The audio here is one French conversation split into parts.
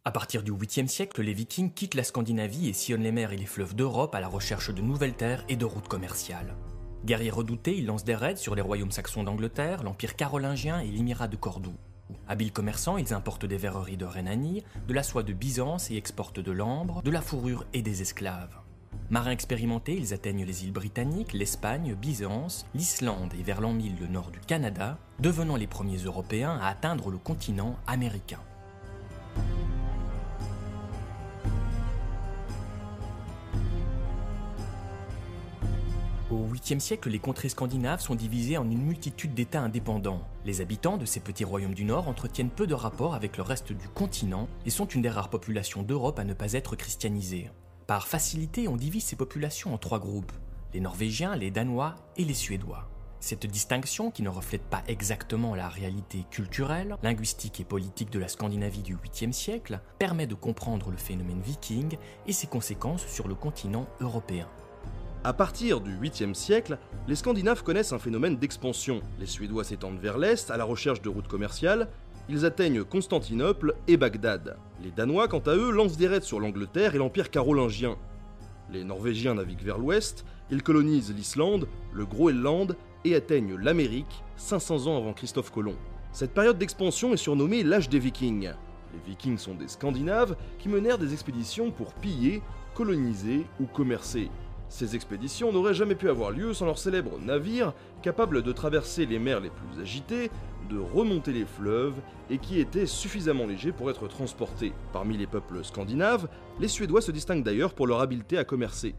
À partir du 8e siècle, les Vikings quittent la Scandinavie et sillonnent les mers et les fleuves d'Europe à la recherche de nouvelles terres et de routes commerciales. Guerriers redoutés, ils lancent des raids sur les royaumes saxons d'Angleterre, l'Empire carolingien et l'Émirat de Cordoue. Habiles commerçants, ils importent des verreries de Rhénanie, de la soie de Byzance et exportent de l'ambre, de la fourrure et des esclaves. Marins expérimentés, ils atteignent les îles britanniques, l'Espagne, Byzance, l'Islande et vers l'an 1000 le nord du Canada, devenant les premiers Européens à atteindre le continent américain. Au 8e siècle, les contrées scandinaves sont divisées en une multitude d'États indépendants. Les habitants de ces petits royaumes du Nord entretiennent peu de rapports avec le reste du continent et sont une des rares populations d'Europe à ne pas être christianisées. Par facilité, on divise ces populations en 3 groupes, les Norvégiens, les Danois et les Suédois. Cette distinction, qui ne reflète pas exactement la réalité culturelle, linguistique et politique de la Scandinavie du 8e siècle, permet de comprendre le phénomène viking et ses conséquences sur le continent européen. À partir du 8e siècle, les Scandinaves connaissent un phénomène d'expansion. Les Suédois s'étendent vers l'est à la recherche de routes commerciales, ils atteignent Constantinople et Bagdad. Les Danois, quant à eux, lancent des raids sur l'Angleterre et l'Empire carolingien. Les Norvégiens naviguent vers l'ouest, ils colonisent l'Islande, le Groenland et atteignent l'Amérique 500 ans avant Christophe Colomb. Cette période d'expansion est surnommée l'âge des Vikings. Les Vikings sont des Scandinaves qui menèrent des expéditions pour piller, coloniser ou commercer. Ces expéditions n'auraient jamais pu avoir lieu sans leurs célèbres navires, capables de traverser les mers les plus agitées, de remonter les fleuves, et qui étaient suffisamment légers pour être transportés. Parmi les peuples scandinaves, les Suédois se distinguent d'ailleurs pour leur habileté à commercer.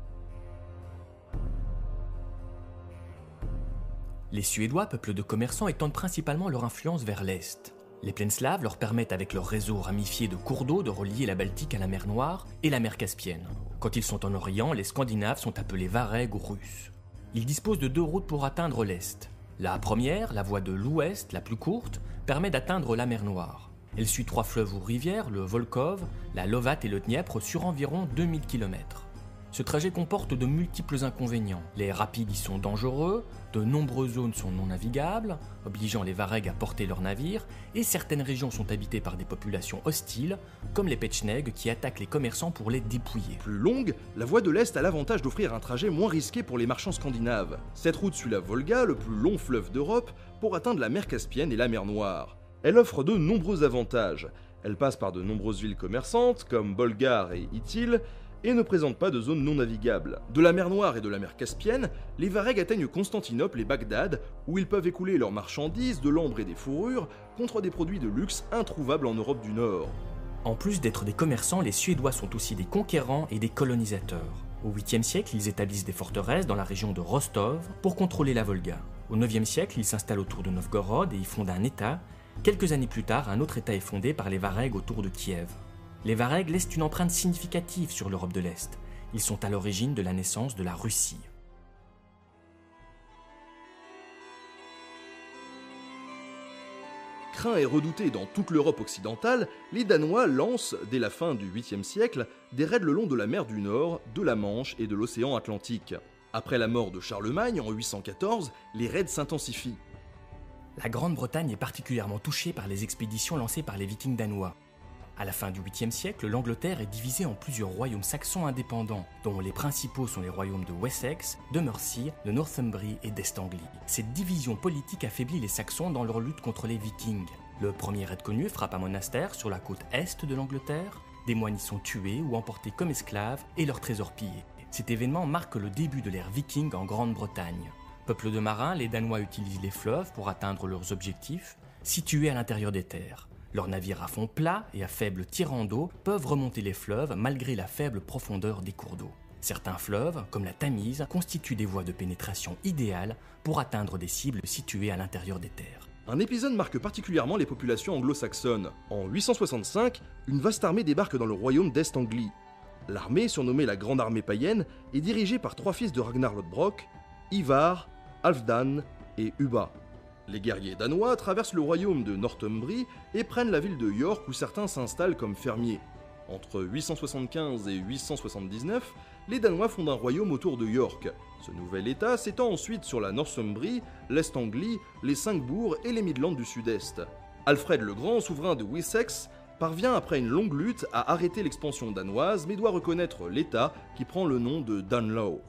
Les Suédois, peuple de commerçants, étendent principalement leur influence vers l'est. Les plaines slaves leur permettent avec leur réseau ramifié de cours d'eau de relier la Baltique à la mer Noire et la mer Caspienne. Quand ils sont en Orient, les Scandinaves sont appelés Varegs ou Russes. Ils disposent de 2 routes pour atteindre l'est. La première, la voie de l'ouest, la plus courte, permet d'atteindre la mer Noire. Elle suit 3 fleuves ou rivières, le Volkhov, la Lovat et le Dniepr sur environ 2000 km. Ce trajet comporte de multiples inconvénients. Les rapides y sont dangereux, de nombreuses zones sont non navigables, obligeant les Varegs à porter leurs navires, et certaines régions sont habitées par des populations hostiles, comme les Pecheneg qui attaquent les commerçants pour les dépouiller. Plus longue, la voie de l'Est a l'avantage d'offrir un trajet moins risqué pour les marchands scandinaves. Cette route suit la Volga, le plus long fleuve d'Europe, pour atteindre la mer Caspienne et la mer Noire. Elle offre de nombreux avantages. Elle passe par de nombreuses villes commerçantes, comme Bolgar et Itil, et ne présente pas de zone non navigable. De la mer Noire et de la mer Caspienne, les Varegs atteignent Constantinople et Bagdad, où ils peuvent écouler leurs marchandises, de l'ambre et des fourrures, contre des produits de luxe introuvables en Europe du Nord. En plus d'être des commerçants, les Suédois sont aussi des conquérants et des colonisateurs. Au 8e siècle, ils établissent des forteresses dans la région de Rostov pour contrôler la Volga. Au 9e siècle, ils s'installent autour de Novgorod et y fondent un État. Quelques années plus tard, un autre État est fondé par les Varegs autour de Kiev. Les Varegs laissent une empreinte significative sur l'Europe de l'Est. Ils sont à l'origine de la naissance de la Russie. Craints et redoutés dans toute l'Europe occidentale, les Danois lancent, dès la fin du 8e siècle, des raids le long de la mer du Nord, de la Manche et de l'océan Atlantique. Après la mort de Charlemagne en 814, les raids s'intensifient. La Grande-Bretagne est particulièrement touchée par les expéditions lancées par les Vikings danois. À la fin du 8e siècle, l'Angleterre est divisée en plusieurs royaumes saxons indépendants, dont les principaux sont les royaumes de Wessex, de Mercie, de Northumbrie et d'Est Anglie. Cette division politique affaiblit les Saxons dans leur lutte contre les Vikings. Le premier raid connu frappe un monastère sur la côte est de l'Angleterre, des moines y sont tués ou emportés comme esclaves et leurs trésors pillés. Cet événement marque le début de l'ère viking en Grande-Bretagne. Peuple de marins, les Danois utilisent les fleuves pour atteindre leurs objectifs, situés à l'intérieur des terres. Leurs navires à fond plat et à faible tirant d'eau peuvent remonter les fleuves malgré la faible profondeur des cours d'eau. Certains fleuves, comme la Tamise, constituent des voies de pénétration idéales pour atteindre des cibles situées à l'intérieur des terres. Un épisode marque particulièrement les populations anglo-saxonnes. En 865, une vaste armée débarque dans le royaume d'Est Anglie. L'armée, surnommée la Grande Armée païenne, est dirigée par 3 fils de Ragnar Lodbrok, Ivar, Halfdan et Ubba. Les guerriers danois traversent le royaume de Northumbrie et prennent la ville de York où certains s'installent comme fermiers. Entre 875 et 879, les Danois fondent un royaume autour de York. Ce nouvel état s'étend ensuite sur la Northumbrie, l'Est Anglie, les 5 bourgs et les Midlands du sud-est. Alfred le Grand, souverain de Wessex, parvient après une longue lutte à arrêter l'expansion danoise mais doit reconnaître l'État qui prend le nom de Danelaw.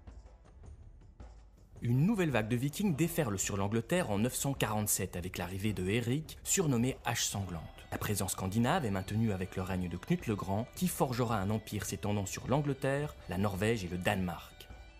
Une nouvelle vague de vikings déferle sur l'Angleterre en 947 avec l'arrivée de Éric, surnommé Hache sanglante. La présence scandinave est maintenue avec le règne de Knut le Grand, qui forgera un empire s'étendant sur l'Angleterre, la Norvège et le Danemark.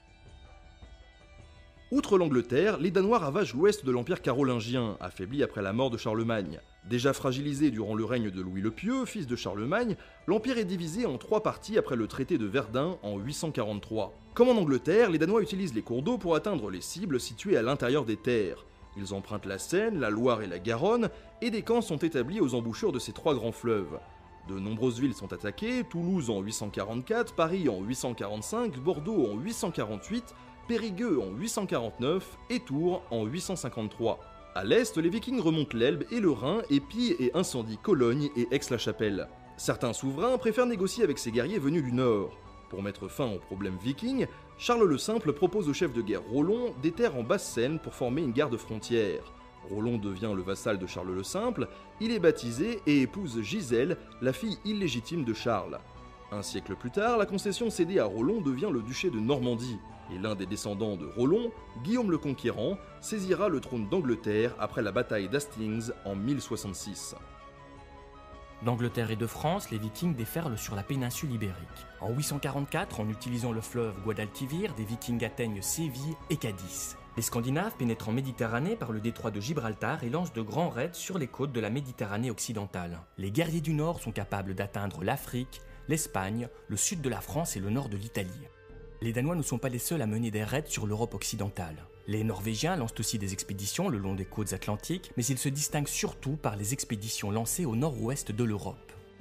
Outre l'Angleterre, les Danois ravagent l'ouest de l'Empire carolingien, affaibli après la mort de Charlemagne. Déjà fragilisé durant le règne de Louis le Pieux, fils de Charlemagne, l'Empire est divisé en 3 parties après le traité de Verdun en 843. Comme en Angleterre, les Danois utilisent les cours d'eau pour atteindre les cibles situées à l'intérieur des terres. Ils empruntent la Seine, la Loire et la Garonne, et des camps sont établis aux embouchures de ces 3 grands fleuves. De nombreuses villes sont attaquées, Toulouse en 844, Paris en 845, Bordeaux en 848, Périgueux en 849 et Tours en 853. À l'est, les Vikings remontent l'Elbe et le Rhin et pillent et incendient Cologne et Aix-la-Chapelle. Certains souverains préfèrent négocier avec ces guerriers venus du nord. Pour mettre fin au problème viking, Charles le Simple propose au chef de guerre Rollon des terres en Basse-Seine pour former une garde frontière. Rollon devient le vassal de Charles le Simple, il est baptisé et épouse Gisèle, la fille illégitime de Charles. Un siècle plus tard, la concession cédée à Rollon devient le duché de Normandie, et l'un des descendants de Rollon, Guillaume le Conquérant, saisira le trône d'Angleterre après la bataille d'Hastings en 1066. D'Angleterre et de France, les Vikings déferlent sur la péninsule ibérique. En 844, en utilisant le fleuve Guadalquivir, des Vikings atteignent Séville et Cadix. Les Scandinaves pénètrent en Méditerranée par le détroit de Gibraltar et lancent de grands raids sur les côtes de la Méditerranée occidentale. Les guerriers du Nord sont capables d'atteindre l'Afrique, l'Espagne, le sud de la France et le nord de l'Italie. Les Danois ne sont pas les seuls à mener des raids sur l'Europe occidentale. Les Norvégiens lancent aussi des expéditions le long des côtes atlantiques, mais ils se distinguent surtout par les expéditions lancées au nord-ouest de l'Europe.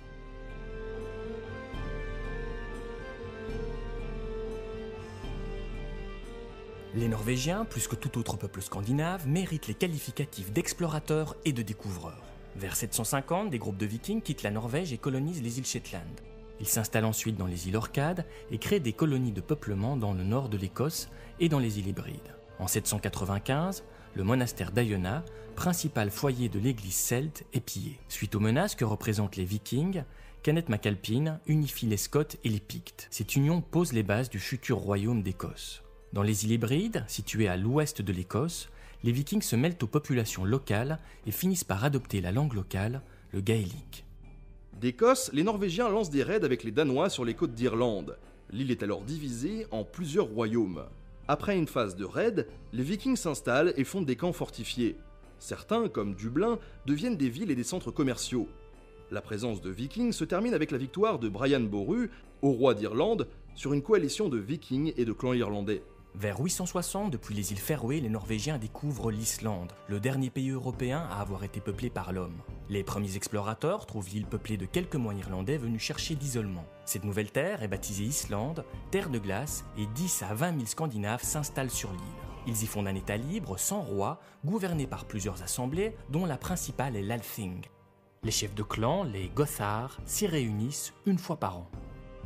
Les Norvégiens, plus que tout autre peuple scandinave, méritent les qualificatifs d'explorateurs et de découvreurs. Vers 750, des groupes de Vikings quittent la Norvège et colonisent les îles Shetland. Ils s'installent ensuite dans les îles Orcades et créent des colonies de peuplement dans le nord de l'Écosse et dans les îles Hébrides. En 795, le monastère d'Iona, principal foyer de l'église celte, est pillé. Suite aux menaces que représentent les Vikings, Kenneth MacAlpine unifie les Scots et les Pictes. Cette union pose les bases du futur royaume d'Écosse. Dans les îles Hébrides, situées à l'ouest de l'Écosse, les Vikings se mêlent aux populations locales et finissent par adopter la langue locale, le gaélique. D'Écosse, les Norvégiens lancent des raids avec les Danois sur les côtes d'Irlande. L'île est alors divisée en plusieurs royaumes. Après une phase de raids, les Vikings s'installent et fondent des camps fortifiés. Certains, comme Dublin, deviennent des villes et des centres commerciaux. La présence de Vikings se termine avec la victoire de Brian Boru, au roi d'Irlande, sur une coalition de Vikings et de clans irlandais. Vers 860, depuis les îles Féroé, les Norvégiens découvrent l'Islande, le dernier pays européen à avoir été peuplé par l'homme. Les premiers explorateurs trouvent l'île peuplée de quelques moines irlandais venus chercher l'isolement. Cette nouvelle terre est baptisée Islande, terre de glace, et 10 à 20 000 Scandinaves s'installent sur l'île. Ils y fondent un État libre, sans roi, gouverné par plusieurs assemblées, dont la principale est l'Althing. Les chefs de clan, les Gothar, s'y réunissent une fois par an.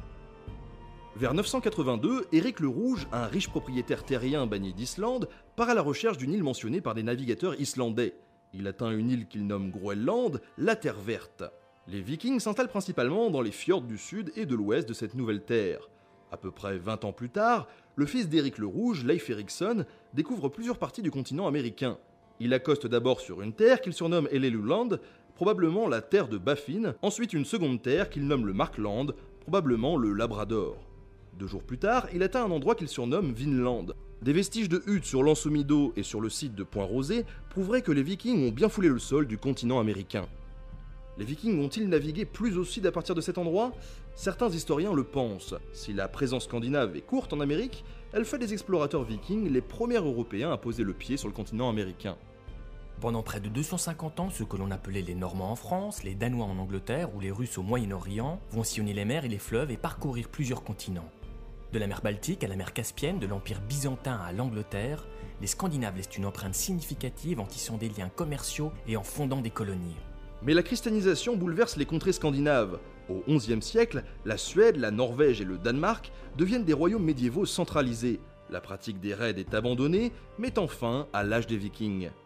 Vers 982, Éric le Rouge, un riche propriétaire terrien banni d'Islande, part à la recherche d'une île mentionnée par des navigateurs islandais. Il atteint une île qu'il nomme Groenland, la Terre Verte. Les Vikings s'installent principalement dans les fjords du sud et de l'ouest de cette nouvelle terre. À peu près 20 ans plus tard, le fils d'Éric le Rouge, Leif Erikson, découvre plusieurs parties du continent américain. Il accoste d'abord sur une terre qu'il surnomme Helluland, probablement la terre de Baffin, ensuite une seconde terre qu'il nomme le Markland, probablement le Labrador. 2 jours plus tard, il atteint un endroit qu'il surnomme Vinland. Des vestiges de huttes sur l'Ansomido et sur le site de Point-Rosé prouveraient que les Vikings ont bien foulé le sol du continent américain. Les Vikings ont-ils navigué plus au sud à partir de cet endroit ? Certains historiens le pensent. Si la présence scandinave est courte en Amérique, elle fait des explorateurs vikings les premiers Européens à poser le pied sur le continent américain. Pendant près de 250 ans, ceux que l'on appelait les Normands en France, les Danois en Angleterre ou les Russes au Moyen-Orient vont sillonner les mers et les fleuves et parcourir plusieurs continents. De la mer Baltique à la mer Caspienne, de l'Empire byzantin à l'Angleterre, les Scandinaves laissent une empreinte significative en tissant des liens commerciaux et en fondant des colonies. Mais la christianisation bouleverse les contrées scandinaves. Au XIe siècle, la Suède, la Norvège et le Danemark deviennent des royaumes médiévaux centralisés. La pratique des raids est abandonnée, mettant fin à l'âge des Vikings.